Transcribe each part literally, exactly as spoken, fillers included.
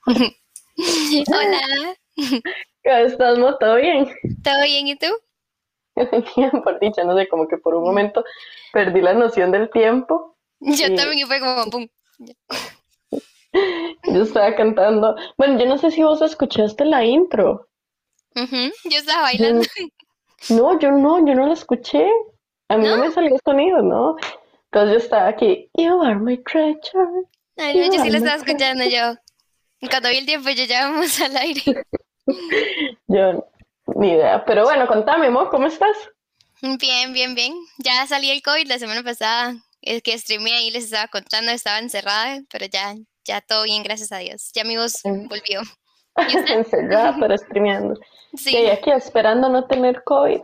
Hola, ¿Cómo estás, Mo? ¿Todo bien? ¿todo bien y tú? Bien, por dicha, no sé, como que por un momento perdí la noción del tiempo Yo y también y fue como pum. yo estaba cantando. Bueno, yo no sé si vos escuchaste la intro. Ujú, yo estaba Yo, bailando. no, yo no, yo no la escuché. A mí No, no me salió sonido, ¿no? Entonces yo estaba aquí, You are my treasure, ay, no, you yo sí are lo my estaba treasure. escuchando yo. Cuando vi el tiempo yo ya vamos al aire. Yo, ni idea. Pero bueno, contame, Mo, ¿cómo estás? Bien, bien, bien. Ya salí el COVID la semana pasada. Es que streamé ahí, les estaba contando, estaba encerrada, pero ya, ya todo bien, gracias a Dios. Ya mi voz En- volvió. ¿Y usted? Encerrada, pero streameando. De ahí Sí. aquí esperando no tener COVID.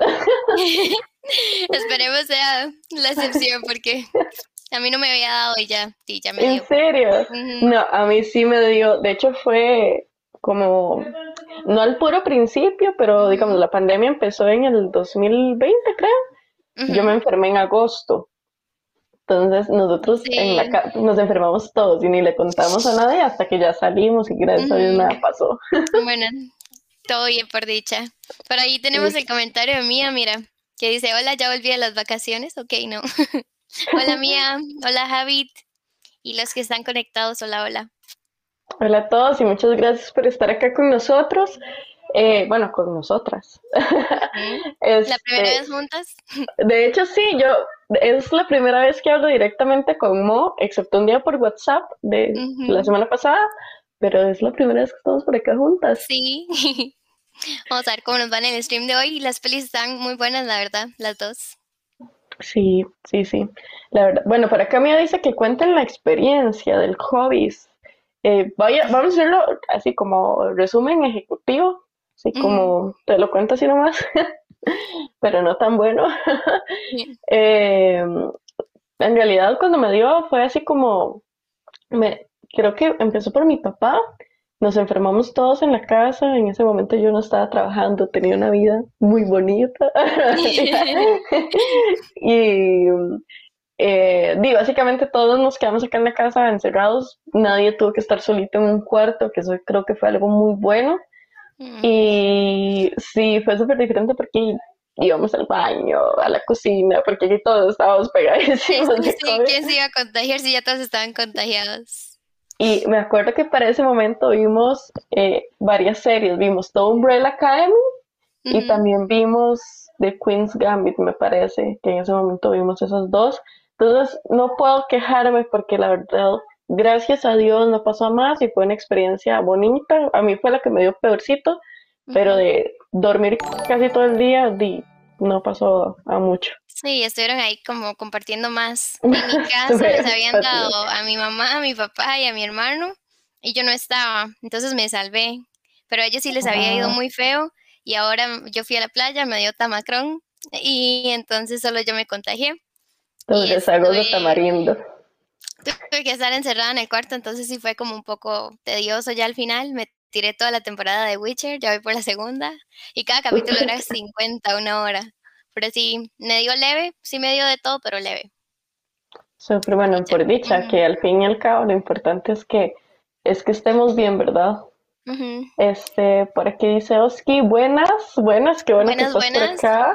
Esperemos sea la excepción porque a mí no me había dado y ya, sí, ya me ¿En dio. serio? Ujú, No, a mí sí me dio, de hecho fue como, no al puro principio, pero digamos, ujú, la pandemia empezó en el dos mil veinte, creo. Yo me ujú. enfermé en agosto. Entonces nosotros en la Sí. casa nos enfermamos todos y ni le contamos a nadie hasta que ya salimos y gracias a Dios Ujú. nada pasó. Bueno, todo bien por dicha. Por ahí tenemos el comentario de Mía, mira, que dice, hola, ya volví de las vacaciones. Ok, no. Hola Mía, hola Javid y los que están conectados, hola, hola. Hola a todos y muchas gracias por estar acá con nosotros. Eh, bueno, con nosotras. Ujú. La primera Este, vez juntas. De hecho, sí, yo es la primera vez que hablo directamente con Mo, excepto un día por WhatsApp de la Ujú. semana pasada, pero es la primera vez que estamos por acá juntas. Sí. Vamos a ver cómo nos van en el stream de hoy. Las pelis están muy buenas, la verdad, las dos. Sí, sí, sí. La verdad. Bueno, por acá me dice que cuenten la experiencia del hobbies. Eh, vaya, vamos a hacerlo así como resumen ejecutivo, así Ujú. como te lo cuento así nomás, pero no tan bueno. Bien. Eh, en realidad, cuando me dio fue así como Me, creo que empezó por mi papá. Nos enfermamos todos en la casa. En ese momento yo no estaba trabajando, tenía una vida muy bonita. y eh, di, básicamente todos nos quedamos acá en la casa encerrados. Nadie tuvo que estar solito en un cuarto, que eso creo que fue algo muy bueno. Mm. Y sí, fue súper diferente porque íbamos al baño, a la cocina, porque aquí todos estábamos Sí, pegadísimos sí, de sí. COVID. ¿Quién se iba a contagiar si ya todos estaban contagiados? Y me acuerdo que para ese momento vimos eh, varias series. Vimos The Umbrella Academy y Ujú. también vimos The Queen's Gambit, me parece, que en ese momento vimos esos dos. Entonces, no puedo quejarme porque la verdad, gracias a Dios no pasó a más y fue una experiencia bonita. A mí fue la que me dio peorcito, pero Ujú. de dormir casi todo el día, di, no pasó a mucho. Sí, estuvieron ahí como compartiendo más. En mi caso les Súper habían fácil. dado a mi mamá, a mi papá y a mi hermano y yo no estaba, entonces me salvé. Pero a ellos sí les había ido Ah, muy feo y ahora m- yo fui a la playa, me dio tamacrón y entonces solo yo me contagié los y rezagos de estuve, tamarindo. tuve que estar encerrada en el cuarto, entonces sí fue como un poco tedioso ya al final. Me tiré toda la temporada de Witcher, ya voy por la segunda y cada capítulo era cincuenta, una hora. Pero sí, me dio leve, sí me dio de todo, pero leve. Súper Por bueno, dicha. por dicha, Ujú, que al fin y al cabo lo importante es que es que estemos bien, ¿verdad? ujú. Este, por aquí dice Oski, buenas, buenas, qué bueno que Buenas, estás por buenas. acá.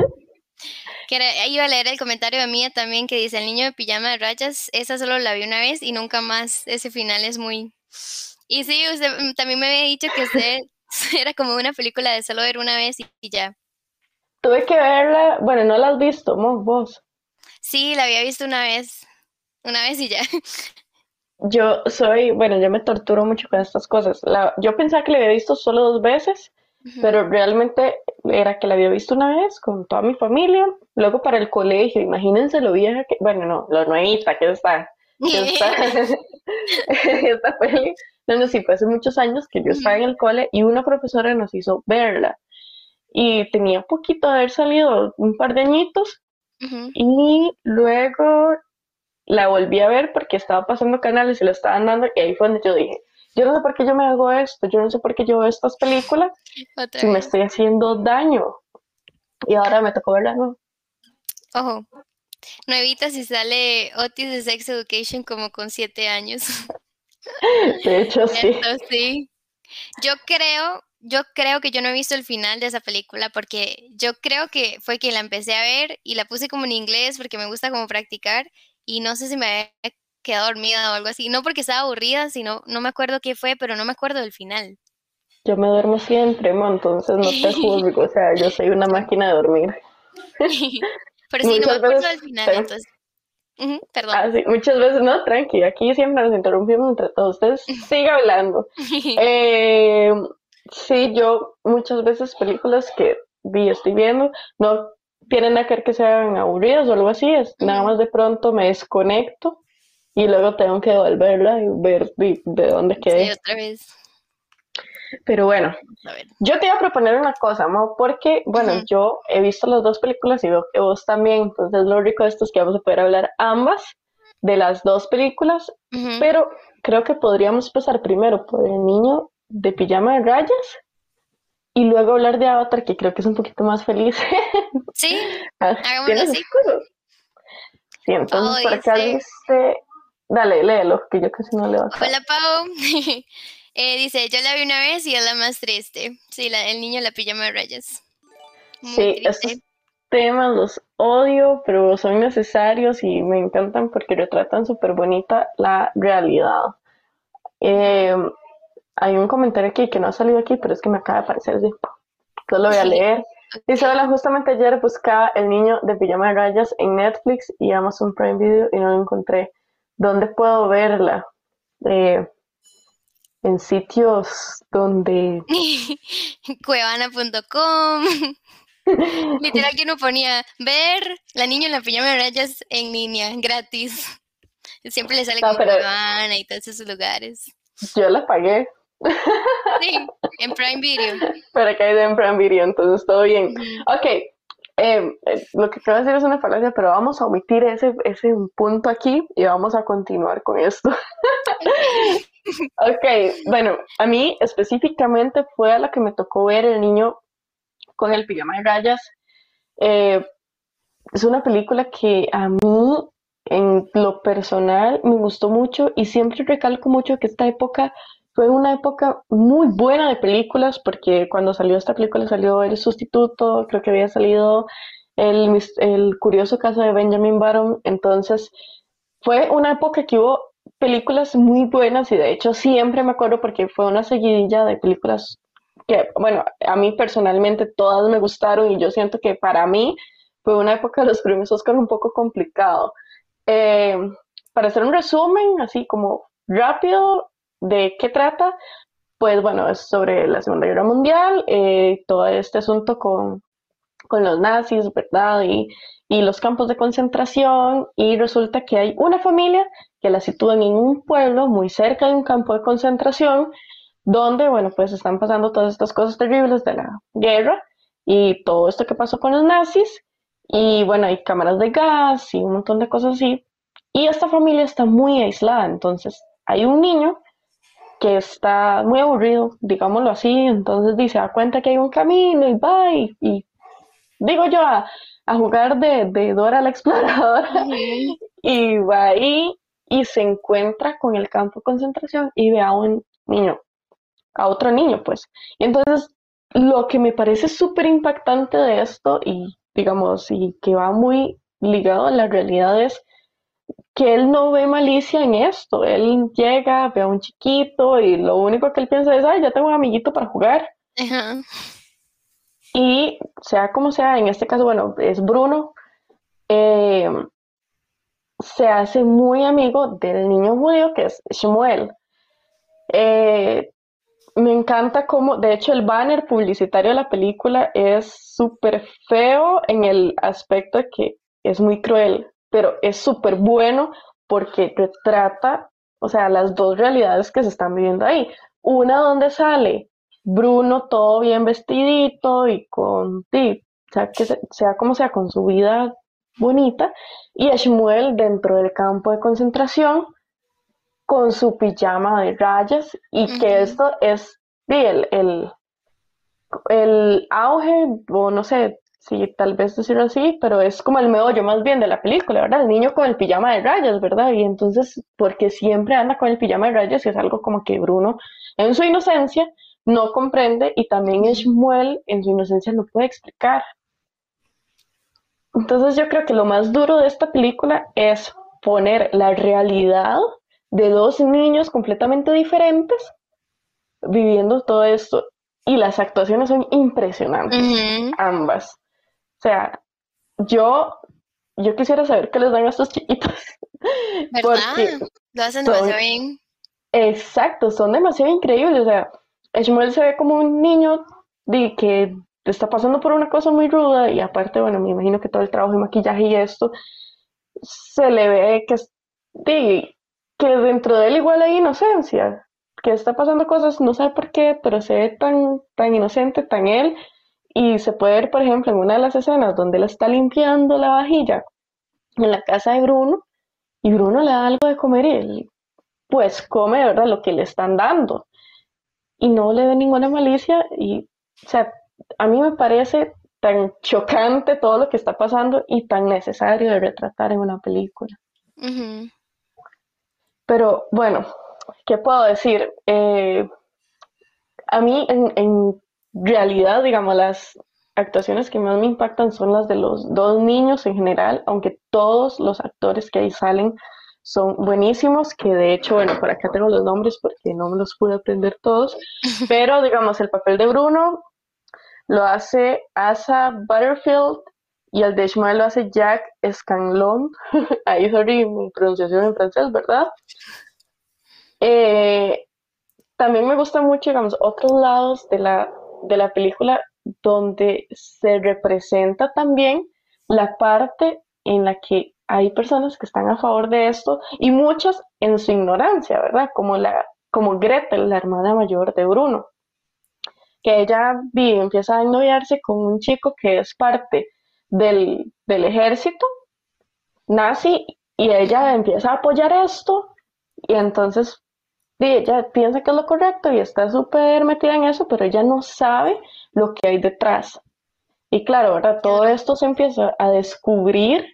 Que era- iba a leer el comentario de Mía también que dice, el niño de pijama de rayas, esa solo la vi una vez y nunca más. Ese final es muy... Y sí, usted mm, también me había dicho que usted era como una película de solo ver una vez y, y ya. Tuve que verla, bueno, no la has visto, Mo, vos. Sí, la había visto una vez, una vez y ya. Yo soy, bueno, yo me torturo mucho con estas cosas. La, yo pensaba que la había visto solo dos veces, Ujú. pero realmente era que la había visto una vez con toda mi familia, luego para el colegio, imagínense lo vieja que, bueno, no, lo nuevita que está, que está, esta peli. No, no, sí, fue hace muchos años que yo estaba Ujú, en el cole y una profesora nos hizo verla. Y tenía poquito de haber salido, un par de añitos, ujú. y luego la volví a ver porque estaba pasando canales y lo estaban dando, y ahí fue donde yo dije, yo no sé por qué yo me hago esto, yo no sé por qué yo veo estas películas Otra si me vez. estoy haciendo daño. Y ahora me tocó verla, ¿no? Ojo, nuevita si sale Otis de Sex Education como con siete años. De hecho, sí. Cierto, sí. Yo creo, yo creo que yo no he visto el final de esa película porque yo creo que fue que la empecé a ver y la puse como en inglés porque me gusta como practicar y no sé si me había quedado dormida o algo así. No porque estaba aburrida, sino no me acuerdo qué fue, pero no me acuerdo del final. Yo me duermo siempre, mo, entonces no te juzgo, o sea, yo soy una Yo- máquina de dormir. Pero sí, no me Muchas acuerdo veces, del final, te- entonces, ujú, perdón. ah, sí, muchas veces, no, tranqui, aquí siempre nos interrumpimos entre todos, ustedes sigue hablando. Eh, sí, yo muchas veces películas que vi, estoy viendo, no tienen nada que ver que sean aburridas o algo así, es nada Ujú, más de pronto me desconecto y luego tengo que devolverla y ver de, de dónde sí, quedé. otra vez. Pero bueno, Vamos a ver. yo te iba a proponer una cosa, Mo, porque, bueno, Ujú, yo he visto las dos películas y veo que vos también, entonces lo rico de esto es que vamos a poder hablar ambas de las dos películas, ujú. pero creo que podríamos empezar primero por El niño de pijama de rayas y luego hablar de Avatar, que creo que es un poquito más feliz. Sí, Ah, hagámoslo ¿tienes así. excusas? Sí, Pau entonces por acá dice, dice, dale, léelo, que yo casi no leo acá. hola Pau. Eh, dice, yo la vi una vez y es la más triste. Sí, la, el niño en la pijama de rayas. Muy Sí, estos triste. temas los odio, pero son necesarios y me encantan porque retratan súper bonita la realidad. Ujú. Eh, Hay un comentario aquí que no ha salido aquí, pero es que me acaba de aparecer, sí. Entonces lo voy a leer. Dice, Ok. hola, justamente ayer buscaba El niño de pijama de rayas en Netflix y Amazon Prime Video y no la encontré. ¿Dónde puedo verla? Eh, en sitios donde... Cuevana punto com. Literal que uno ponía ver la niña en la pijama de rayas en línea, gratis. Siempre le sale No, como pero Cuevana y todos esos lugares. yo la pagué Sí, en Prime Video. para que haya en Prime Video, entonces todo bien. Ujú. Ok, eh, eh, lo que acabo de decir es una falacia, pero vamos a omitir ese, ese punto aquí y vamos a continuar con esto. Ok. Ok, bueno, a mí específicamente fue a la que me tocó ver El niño con el pijama de rayas. Eh, es una película que a mí, en lo personal, me gustó mucho y siempre recalco mucho que esta época fue una época muy buena de películas porque cuando salió esta película salió El Sustituto, creo que había salido El, mis- el curioso caso de Benjamin Button, entonces fue una época que hubo películas muy buenas y de hecho siempre me acuerdo porque fue una seguidilla de películas que, bueno, a mí personalmente todas me gustaron y yo siento que para mí fue una época de los premios Oscar un poco complicado. Eh, para hacer un resumen, así como rápido, de qué trata, pues bueno, es sobre la Segunda Guerra Mundial, eh, todo este asunto con con los nazis, ¿verdad? Y, y los campos de concentración y resulta que hay una familia que la sitúan en un pueblo muy cerca de un campo de concentración donde, bueno, pues están pasando todas estas cosas terribles de la guerra y todo esto que pasó con los nazis y bueno, hay cámaras de gas y un montón de cosas así y esta familia está muy aislada, entonces hay un niño que está muy aburrido, digámoslo así, entonces dice, da cuenta que hay un camino y va y, y digo yo, a, a jugar de, de Dora la exploradora Ujú. y va ahí y se encuentra con el campo de concentración y ve a un niño, a otro niño, pues. Y entonces, lo que me parece súper impactante de esto y, digamos, y que va muy ligado a la realidad es que él no ve malicia en esto. Él llega, ve a un chiquito y lo único que él piensa es, ay, ya tengo un amiguito para jugar. Ajá. Y sea como sea, en este caso, bueno, es Bruno, eh, se hace muy amigo del niño judío que es Shmuel. Eh, Me encanta cómo, de hecho, el banner publicitario de la película es súper feo en el aspecto de que es muy cruel, pero es súper bueno porque retrata, o sea, las dos realidades que se están viviendo ahí. Una donde sale Bruno todo bien vestidito y con, sí, o sea, que se- sea como sea, con su vida bonita, y Shmuel dentro del campo de concentración con su pijama de rayas y que Ujú. esto es sí, el, el, el auge o no sé sí, tal vez decirlo así, pero es como el meollo más bien de la película, ¿verdad? El niño con el pijama de rayas, ¿verdad? Y entonces, porque siempre anda con el pijama de rayas y es algo como que Bruno, en su inocencia, no comprende y también Ujú. Shmuel en su inocencia no puede explicar. Entonces yo creo que lo más duro de esta película es poner la realidad de dos niños completamente diferentes viviendo todo esto. Y las actuaciones son impresionantes, Ujú. ambas. O sea, yo, yo quisiera saber qué les dan a estos chiquitos, porque ¿Verdad? Lo hacen son demasiado bien. exactos, son demasiado increíbles. O sea, Shmuel se ve como un niño de que está pasando por una cosa muy ruda y aparte, bueno, me imagino que todo el trabajo de maquillaje y esto se le ve que, de, que dentro de él igual hay inocencia, que está pasando cosas, no sabe por qué, pero se ve tan, tan inocente, tan él, y se puede ver, por ejemplo, en una de las escenas donde él está limpiando la vajilla en la casa de Bruno, y Bruno le da algo de comer y él, pues come, ¿verdad?, lo que le están dando, y no le ve ninguna malicia, y, o sea, a mí me parece tan chocante todo lo que está pasando y tan necesario de retratar en una película. Ujú. Pero bueno, ¿qué puedo decir? Eh, a mí en, en realidad, digamos, las actuaciones que más me impactan son las de los dos niños en general, aunque todos los actores que ahí salen son buenísimos, que de hecho, bueno, por acá tengo los nombres porque no me los pude aprender todos, pero digamos, el papel de Bruno lo hace Asa Butterfield y el de Ishmael lo hace Jack Scanlon. Ahí, sorry, mi pronunciación en francés, ¿verdad? Eh, También me gusta mucho, digamos, otros lados de la, de la película donde se representa también la parte en la que hay personas que están a favor de esto y muchas en su ignorancia, ¿verdad? Como, la, como Gretel, la hermana mayor de Bruno, que ella vive, empieza a noviarse con un chico que es parte del, del ejército nazi y ella empieza a apoyar esto y entonces sí, ella piensa que es lo correcto y está súper metida en eso, pero ella no sabe lo que hay detrás. Y claro, ¿verdad? Todo Claro. esto se empieza a descubrir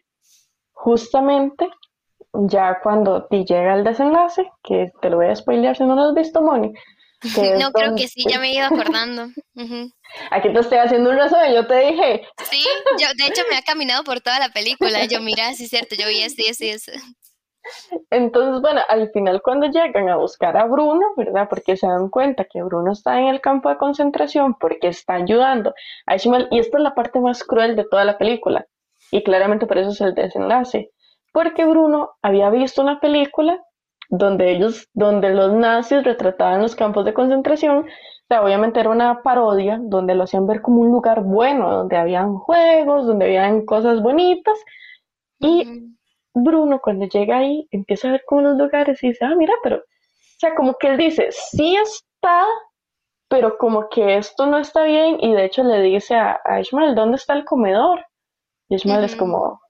justamente ya cuando te llega el desenlace, que te lo voy a spoilear si no lo has visto, Moni, que es No, creo donde que sí, ya me he ido acordando. Ujú. aquí te estoy haciendo un resumen, yo te dije. Sí, yo de hecho me ha caminado por toda la película. Yo, mira, sí es cierto, yo vi esto y esto y esto. Entonces, bueno, al final cuando llegan a buscar a Bruno, ¿verdad? Porque se dan cuenta que Bruno está en el campo de concentración porque está ayudando a Ishmael, y esta es la parte más cruel de toda la película, y claramente por eso es el desenlace, porque Bruno había visto una película donde ellos, donde los nazis retrataban los campos de concentración, o sea, obviamente era una parodia donde lo hacían ver como un lugar bueno, donde habían juegos, donde habían cosas bonitas, y Ujú. Bruno cuando llega ahí empieza a ver como los lugares y dice, ah, mira, pero, o sea, como que él dice, sí está, pero como que esto no está bien y de hecho le dice a, a Ishmael, ¿dónde está el comedor? Y Ishmael es Ujú. como,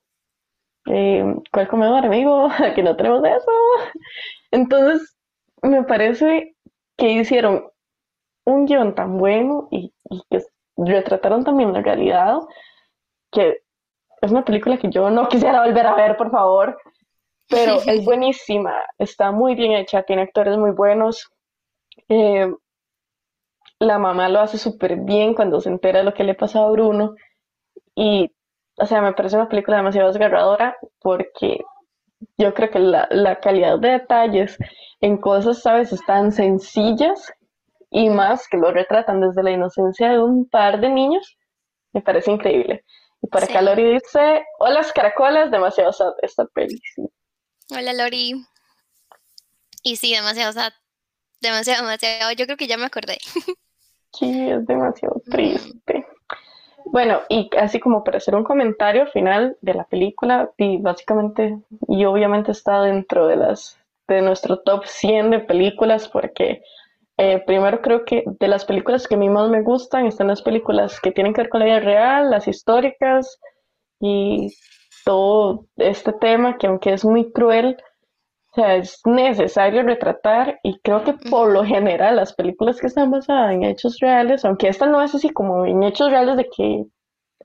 eh, ¿cuál comedor, amigo? Aquí no tenemos eso. Entonces, me parece que hicieron un guión tan bueno y, y que retrataron también la realidad, que es una película que yo no quisiera volver a ver, por favor, pero es buenísima, está muy bien hecha, tiene actores muy buenos. Eh, la mamá lo hace súper bien cuando se entera de lo que le pasa a Bruno y, o sea, me parece una película demasiado desgarradora porque yo creo que la, la calidad de detalles en cosas, ¿sabes?, están sencillas y Ujú. más que lo retratan desde la inocencia de un par de niños, me parece increíble. Y por acá Sí. Lori dice, hola caracolas, demasiado sad esta peli. Sí, Hola, Lori. Y sí, demasiado, o sea, demasiado, demasiado. Yo creo que ya me acordé. sí, es demasiado Ujú. triste. Bueno, y así como para hacer un comentario final de la película, y básicamente, y obviamente está dentro de las de nuestro top cien de películas, porque eh, primero creo que de las películas que a mí más me gustan están las películas que tienen que ver con la vida real, las históricas y todo este tema que aunque es muy cruel, o sea, es necesario retratar y creo que por lo Ujú. general las películas que están basadas en hechos reales, aunque esta no es así como en hechos reales de que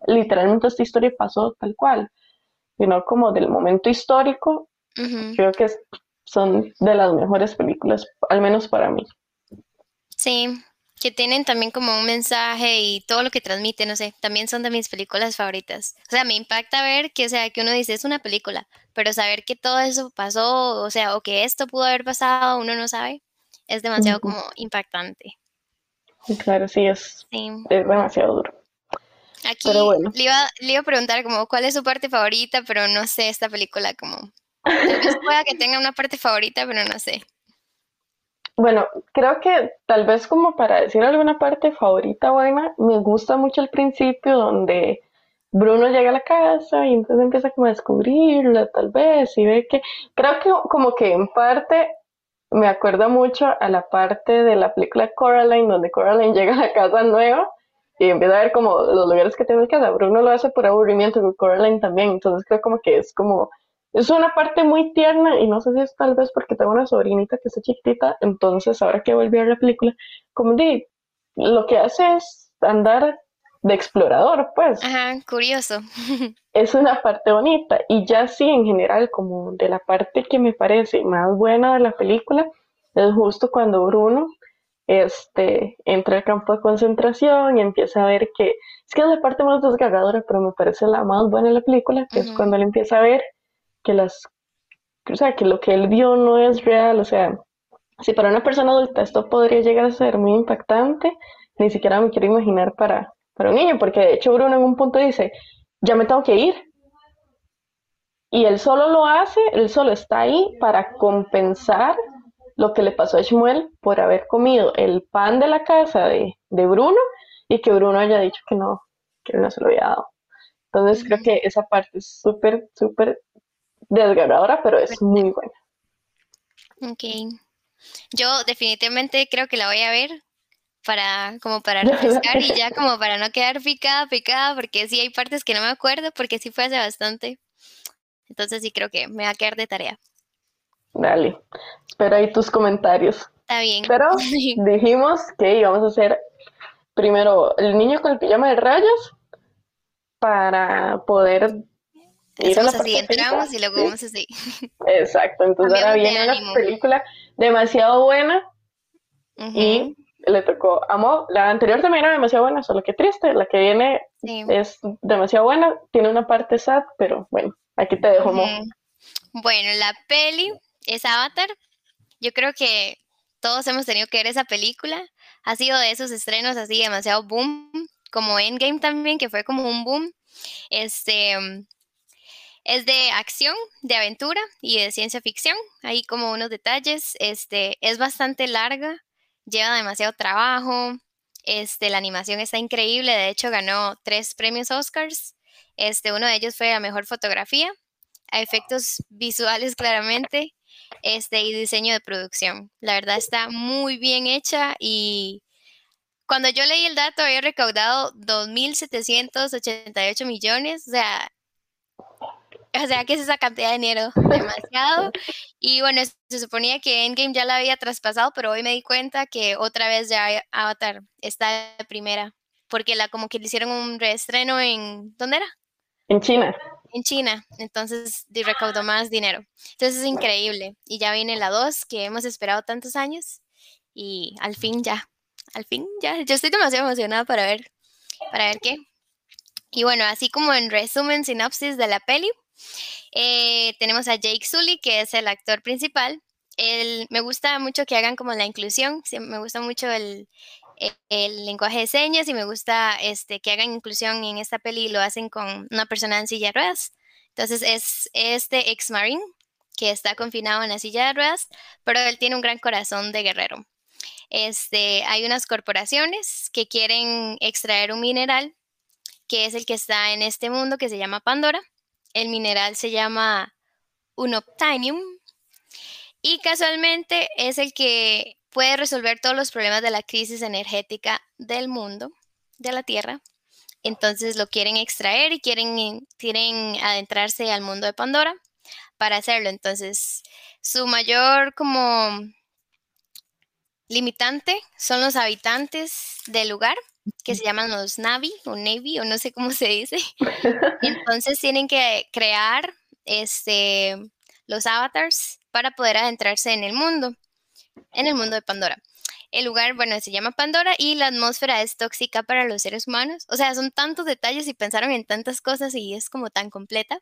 literalmente esta historia pasó tal cual, sino como del momento histórico. Ujú. Creo que es- son de las mejores películas, al menos para mí. Sí, que tienen también como un mensaje y todo lo que transmite, no sé, también son de mis películas favoritas. O sea, me impacta ver que, o sea, que uno dice es una película, pero saber que todo eso pasó, o sea, o que esto pudo haber pasado, uno no sabe, es demasiado Ujú. como impactante. Y claro, sí, es, Sí. es demasiado duro. Pero Aquí bueno, le iba, le iba a preguntar como cuál es su parte favorita, pero no sé esta película como, tal vez pueda que tenga una parte favorita, pero no sé. bueno, creo que tal vez como para decir alguna parte favorita buena, me gusta mucho el principio donde Bruno llega a la casa y entonces empieza como a descubrirla tal vez y ve que, creo que como que en parte me acuerda mucho a la parte de la película Coraline, donde Coraline llega a la casa nueva y empieza a ver como los lugares que tiene en casa. Bruno lo hace por aburrimiento, y Coraline también, entonces creo como que es como, es una parte muy tierna y no sé si es tal vez porque tengo una sobrinita que está chiquitita, entonces ahora que volví a ver la película, como de, lo que hace es andar de explorador, pues Ajá, curioso. es una parte bonita. Y ya sí, en general, como de la parte que me parece más buena de la película, es justo cuando Bruno este, entra al campo de concentración y empieza a ver que, es que es la parte más desgarradora, pero me parece la más buena de la película, que es Ujú, cuando él empieza a ver que las, o sea, que lo que él vio no es real, o sea, si para una persona adulta esto podría llegar a ser muy impactante, ni siquiera me quiero imaginar para, para un niño, porque de hecho Bruno en un punto dice, ya me tengo que ir, y él solo lo hace, él solo está ahí para compensar lo que le pasó a Shmuel por haber comido el pan de la casa de, de Bruno y que Bruno haya dicho que no, que él no se lo había dado. Entonces creo ujú. que esa parte es súper, súper desgarradora, pero es Fuerte. muy buena. Ok. Yo definitivamente creo que la voy a ver para, como para refrescar y ya como para no quedar picada, picada, porque sí hay partes que no me acuerdo, porque sí fue hace bastante. Entonces sí creo que me va a quedar de tarea. Dale, espero ahí tus comentarios. Está bien. Pero dijimos que íbamos a hacer primero el niño con el pijama de rayas para poder ir a Hacemos la así, partecita, entramos y luego ¿sí? vamos así. Exacto, entonces ahora Cambiamos de viene una ánimo. película demasiado buena Ujú, y le tocó a Mo. La anterior también era demasiado buena, solo que triste. La que viene sí. es demasiado buena, tiene una parte sad, pero bueno, aquí te dejo, Mo. Ujú. Bueno, la peli es Avatar. Yo creo que todos hemos tenido que ver esa película. Ha sido de esos estrenos así demasiado boom, como Endgame también, que fue como un boom. Este, mm, es de acción, de aventura y de ciencia ficción. Hay como unos detalles. Este, es bastante larga, lleva demasiado trabajo. Este, la animación está increíble. De hecho, ganó tres premios Oscars. Este, uno de ellos fue a mejor fotografía, a efectos visuales claramente, este, y diseño de producción. La verdad está muy bien hecha y cuando yo leí el dato había recaudado dos mil setecientos ochenta y ocho millones, o sea, o sea, ¿qué es esa cantidad de dinero? Demasiado. Y bueno, se suponía que Endgame ya la había traspasado, pero hoy me di cuenta que otra vez ya Avatar está de primera, porque la como que le hicieron un reestreno en, ¿dónde era? En China. En China, entonces di- recaudó más dinero. Entonces es increíble. Y ya viene la dos que hemos esperado tantos años y al fin ya, al fin ya. Yo estoy demasiado emocionada para ver, para ver qué. Y bueno, así como en resumen, sinopsis de la peli, eh, tenemos a Jake Sully, que es el actor principal. Él, me gusta mucho que hagan como la inclusión, sí, me gusta mucho el, e- el lenguaje de señas y me gusta este, que hagan inclusión y en esta peli lo hacen con una persona en silla de ruedas. Entonces es este ex marine que está confinado en la silla de ruedas, pero él tiene un gran corazón de guerrero. Este, hay unas corporaciones que quieren extraer un mineral que es el que está en este mundo que se llama Pandora. El mineral se llama unobtainium y casualmente es el que puede resolver todos los problemas de la crisis energética del mundo, de la Tierra. Entonces lo quieren extraer y quieren, quieren adentrarse al mundo de Pandora para hacerlo. Entonces, su mayor como limitante son los habitantes del lugar, que se llaman los Navi o Navy o no sé cómo se dice. Entonces tienen que crear este, los avatars para poder adentrarse en el mundo, en el mundo de Pandora. El lugar, bueno, se llama Pandora y la atmósfera es tóxica para los seres humanos. O sea, son tantos detalles y pensaron en tantas cosas y es como tan completa.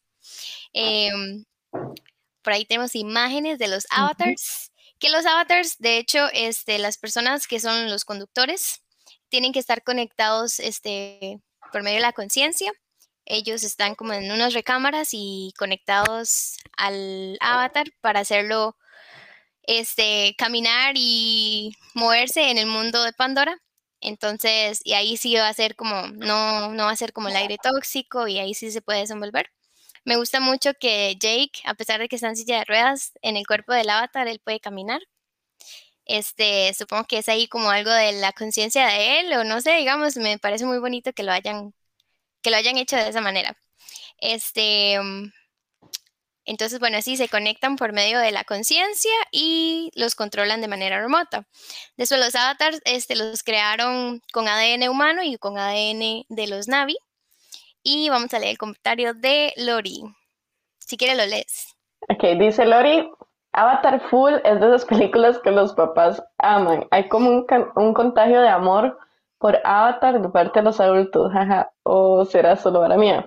Em, por ahí tenemos imágenes de los Ujú. avatars, que los avatars, de hecho, este, las personas que son los conductores, tienen que estar conectados este, por medio de la conciencia. Ellos están como en unas recámaras y conectados al avatar para hacerlo este, caminar y moverse en el mundo de Pandora. Entonces, y ahí sí va a ser como, no, no va a ser como el aire tóxico y ahí sí se puede desenvolver. Me gusta mucho que Jake, a pesar de que está en silla de ruedas, en el cuerpo del avatar él puede caminar. Este, supongo que es ahí como algo de la conciencia de él, o no sé, digamos, me parece muy bonito que lo hayan, que lo hayan hecho de esa manera. Este, mm, entonces, bueno, sí, se conectan por medio de la conciencia y los controlan de manera remota. Después los avatars, este, los crearon con A D N humano y con A D N de los Navi. Y vamos a leer el comentario de Lori. Si quieres lo lees. Ok, dice Lori, Avatar Full es de esas películas que los papás aman. Hay como un, can- un contagio de amor por Avatar de parte de los adultos, jaja. ¿O será solo para mí?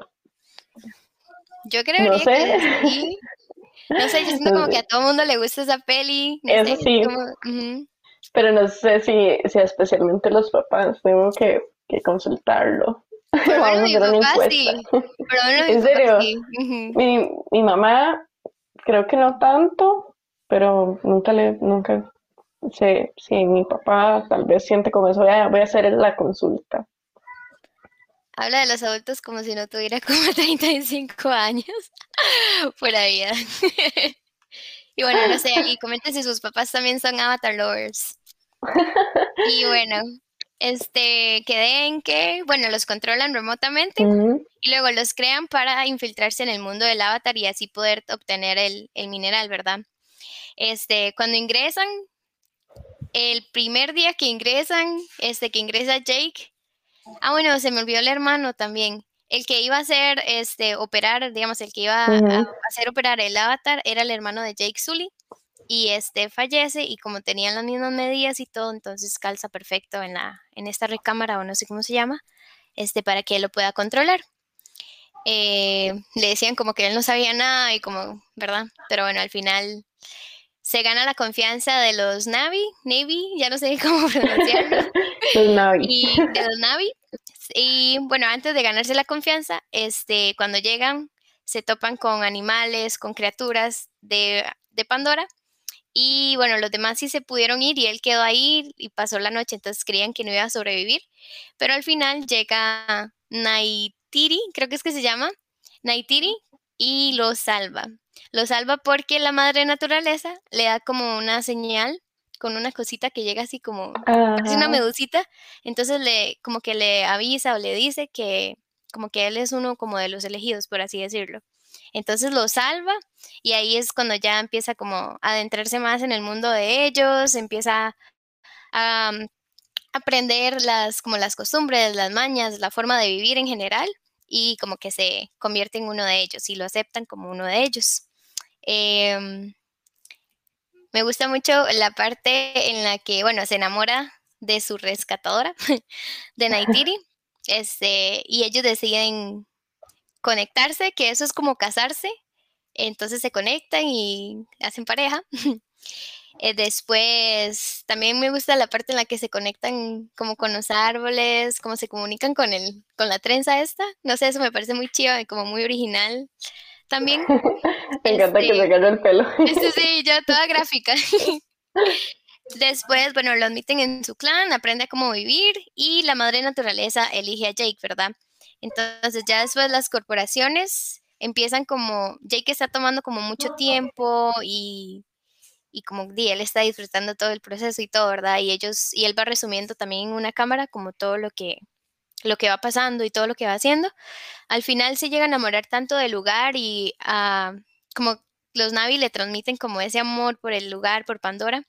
Yo No creería sé, que sí. No sé, yo siento no como que sé. a todo mundo le gusta esa peli. No sé, Eso es sí, como... ujú. pero no sé si, si especialmente los papás, tengo que, que consultarlo. Por lo menos Vamos a mi hacer una papá encuesta. sí. Por lo menos mi En papá serio, sí. Ujú. mi, mi mamá creo que no tanto, pero nunca le, nunca sé si mi papá tal vez siente como eso. Voy a, voy a hacer la consulta. Habla de los adultos como si no tuviera como treinta y cinco años. Pura vida. Y bueno, no sé, ahí comenten si sus papás también son Avatar lovers. Y bueno, este, quedé en que, bueno, los controlan remotamente Ujú. y luego los crean para infiltrarse en el mundo del Avatar y así poder obtener el, el mineral, ¿verdad? Este, cuando ingresan, el primer día que ingresan, este, que ingresa Jake, ah, bueno, se me olvidó el hermano también. El que iba a hacer, este, operar, digamos, el que iba a Ujú. hacer operar el Avatar era el hermano de Jake Sully. Y este fallece y como tenían las mismas medidas y todo, entonces calza perfecto en la, en esta recámara o no sé cómo se llama, este, para que él lo pueda controlar. Eh, le decían como que él no sabía nada y como, ¿verdad? Pero bueno, al final se gana la confianza de los Navi, Navy, ya no sé cómo pronunciarlo, Los Navi. y de los Navi. Y bueno, antes de ganarse la confianza, este, cuando llegan, se topan con animales, con criaturas de, de Pandora. Y bueno, los demás sí se pudieron ir y él quedó ahí y pasó la noche, entonces creían que no iba a sobrevivir. Pero al final llega Naitiri, creo que es que se llama, Naitiri, y lo salva. Lo salva porque la madre naturaleza le da como una señal con una cosita que llega así como, parece una Ajá. medusita, entonces le, como que le avisa o le dice que como que él es uno como de los elegidos, por así decirlo. Entonces lo salva y ahí es cuando ya empieza como a adentrarse más en el mundo de ellos, empieza a um, aprender las, como las costumbres, las mañas, la forma de vivir en general y como que se convierte en uno de ellos y lo aceptan como uno de ellos. Em, Me gusta mucho la parte en la que, bueno, se enamora de su rescatadora, de Naitiri, este, y ellos deciden conectarse, que eso es como casarse, entonces se conectan y hacen pareja. Eh, después, también me gusta la parte en la que se conectan como con los árboles, cómo se comunican con el, con la trenza esta. No sé, eso me parece muy chido y como muy original también. Me encanta que se Este, agarre el pelo. este sí, ya toda gráfica. Después, bueno, lo admiten en su clan, aprende a cómo vivir y la madre naturaleza elige a Jake, ¿verdad? Entonces ya después las corporaciones empiezan como, Jake está tomando como mucho tiempo y, y como di, él está disfrutando todo el proceso y todo, ¿verdad? Y ellos, y él va resumiendo también en una cámara como todo lo que, lo que va pasando y todo lo que va haciendo. Al final se llega a enamorar tanto del lugar y ah, como los Navi le transmiten como ese amor por el lugar, por Pandora,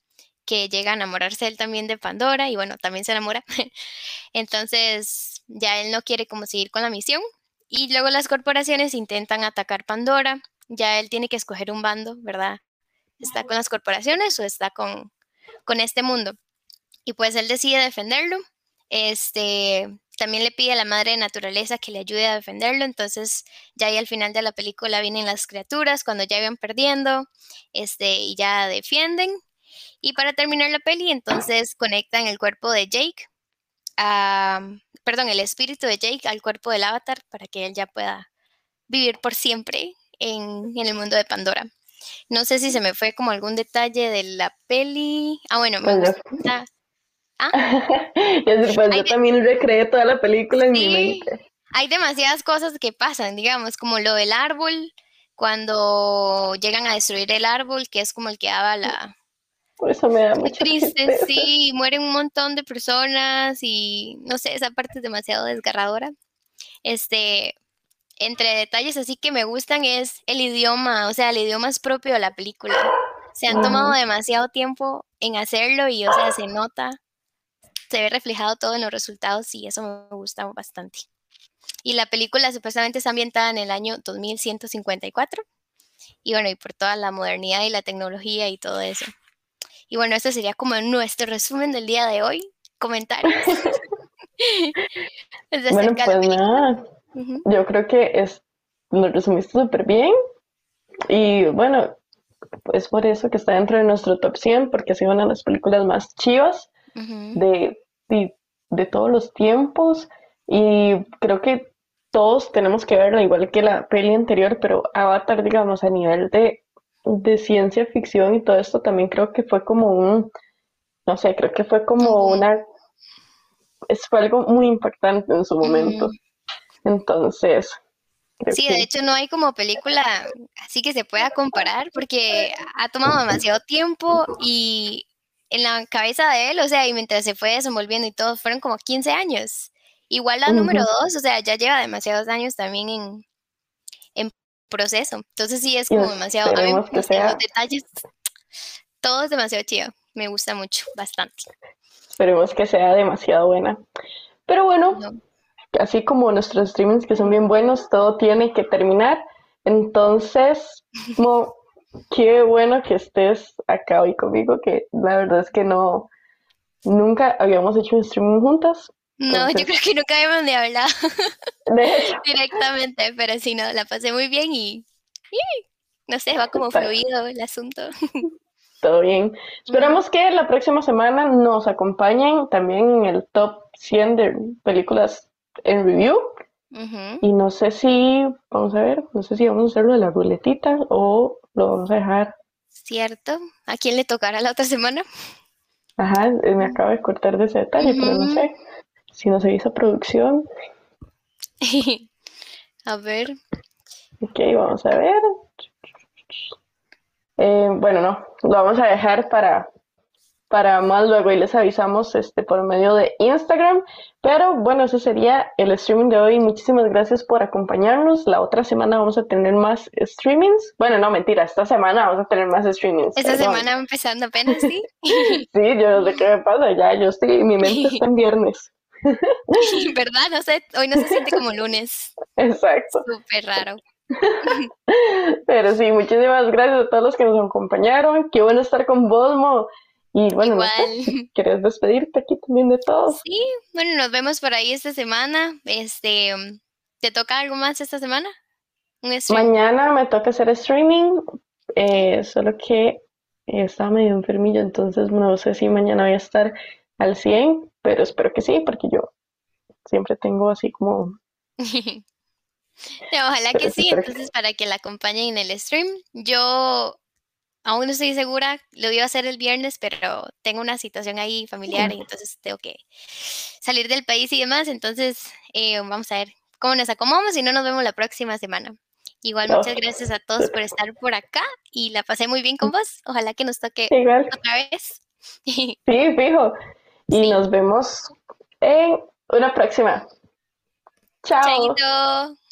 que llega a enamorarse él también de Pandora y bueno, también se enamora. Entonces ya él no quiere como seguir con la misión y luego las corporaciones intentan atacar Pandora. Ya él tiene que escoger un bando, ¿verdad? ¿Está con las corporaciones o está con, con este mundo? Y pues él decide defenderlo. Este, también le pide a la madre de naturaleza que le ayude a defenderlo. Entonces, ya ahí al final de la película vienen las criaturas cuando ya iban perdiendo, este, y ya defienden. Y para terminar la peli, entonces conectan el cuerpo de Jake, a, perdón, el espíritu de Jake al cuerpo del avatar para que él ya pueda vivir por siempre en, en el mundo de Pandora. No sé si se me fue como algún detalle de la peli. Ah, bueno, me Pues yo, gusta. Ah, y así, pues hay yo de- también recreé toda la película en mi sí, mente. hay demasiadas cosas que pasan, digamos, como lo del árbol, cuando llegan a destruir el árbol, que es como el que daba la... Por eso me da Qué mucha triste, tristeza. sí, mueren un montón de personas y no sé, esa parte es demasiado desgarradora. Este, entre detalles así que me gustan es el idioma, o sea, el idioma es propio de la película. Se han tomado Ujú. demasiado tiempo en hacerlo y, o sea, se nota, se ve reflejado todo en los resultados y eso me gusta bastante. Y la película supuestamente está ambientada en el año dos mil ciento cincuenta y cuatro y bueno, y por toda la modernidad y la tecnología y todo eso. Y bueno, este sería como nuestro resumen del día de hoy. Comentarios desde Bueno, acerca de la pues película. nada, Ujú, yo creo que es, lo resumiste súper bien. Y bueno, es por eso que está dentro de nuestro top cien porque ha sido una de las películas más chivas ujú, de, de, de todos los tiempos. Y creo que todos tenemos que verla, igual que la peli anterior, pero Avatar, digamos, a nivel de, de ciencia ficción y todo esto, también creo que fue como un, no sé, creo que fue un como boom. una, es, fue algo muy impactante en su Ujú. momento. Entonces, creo Sí, de que hecho no hay como película así que se pueda comparar porque ha tomado demasiado tiempo y en la cabeza de él, o sea, y mientras se fue desenvolviendo y todo, fueron como quince años. Igual la número ujú, dos, o sea, ya lleva demasiados años también en, en proceso. Entonces sí es y como demasiado, a mí, esperemos no que sé, los sea, detalles, todo es demasiado chido. Me gusta mucho, bastante. esperemos que sea demasiado buena. Pero bueno, No. así como nuestros streamings que son bien buenos, todo tiene que terminar. Entonces, Mo, qué bueno que estés acá hoy conmigo, que la verdad es que no, nunca habíamos hecho un streaming juntas. No, yo Entonces, creo que nunca habíamos de hablar de hecho, directamente, pero sí, no, la pasé muy bien y, y no sé, va como está fluido el asunto. todo bien. Ujú, Esperamos que la próxima semana nos acompañen también en el top cien de películas en review. ujú. Y no sé si, vamos a ver, no sé si vamos a hacerlo de la ruletita o lo vamos a dejar. ¿Cierto? ¿A quién le tocará la otra semana? Ajá, eh, me acabo de cortar de ese detalle, pero no Ujú. sé si nos avisa producción. A ver, Ok, vamos a ver. Eh, bueno, no, lo vamos a dejar para, para más luego y les avisamos este, por medio de Instagram. Pero bueno, eso sería el streaming de hoy. Muchísimas gracias por acompañarnos. La otra semana vamos a tener más streamings. Bueno, no, mentira, esta semana vamos a tener más streamings, esta perdón. semana empezando apenas, ¿sí? Sí, yo no sé qué me pasa, ya, yo estoy, mi mente está en viernes. ¿Verdad? No sé, hoy no se siente como lunes. Exacto. Súper raro. Pero sí, muchísimas gracias a todos los que nos acompañaron. Qué bueno estar con vos, Mo. Y bueno, no sé, Igual. si querés despedirte aquí también de todos. Sí, bueno, nos vemos por ahí esta semana. Este, mm, ¿te toca algo más esta semana? Un stream. Mañana me toca hacer streaming, Ok. eh, solo que eh, estaba medio enfermillo, entonces no sé si mañana voy a estar al cien, pero espero que sí, porque yo siempre tengo así como, No, ojalá que pero sí, espero que sí. entonces para que la acompañen en el stream. Yo aún no estoy segura, lo iba a hacer el viernes, pero tengo una situación ahí familiar y entonces tengo que salir del país y demás, entonces eh, vamos a ver cómo nos acomodamos y no nos vemos la próxima semana. Igual No, muchas gracias a todos por estar por acá y la pasé muy bien con vos. Ojalá que nos toque igual, otra vez. sí, fijo. Y Sí, nos vemos en una próxima. Chao. chaito.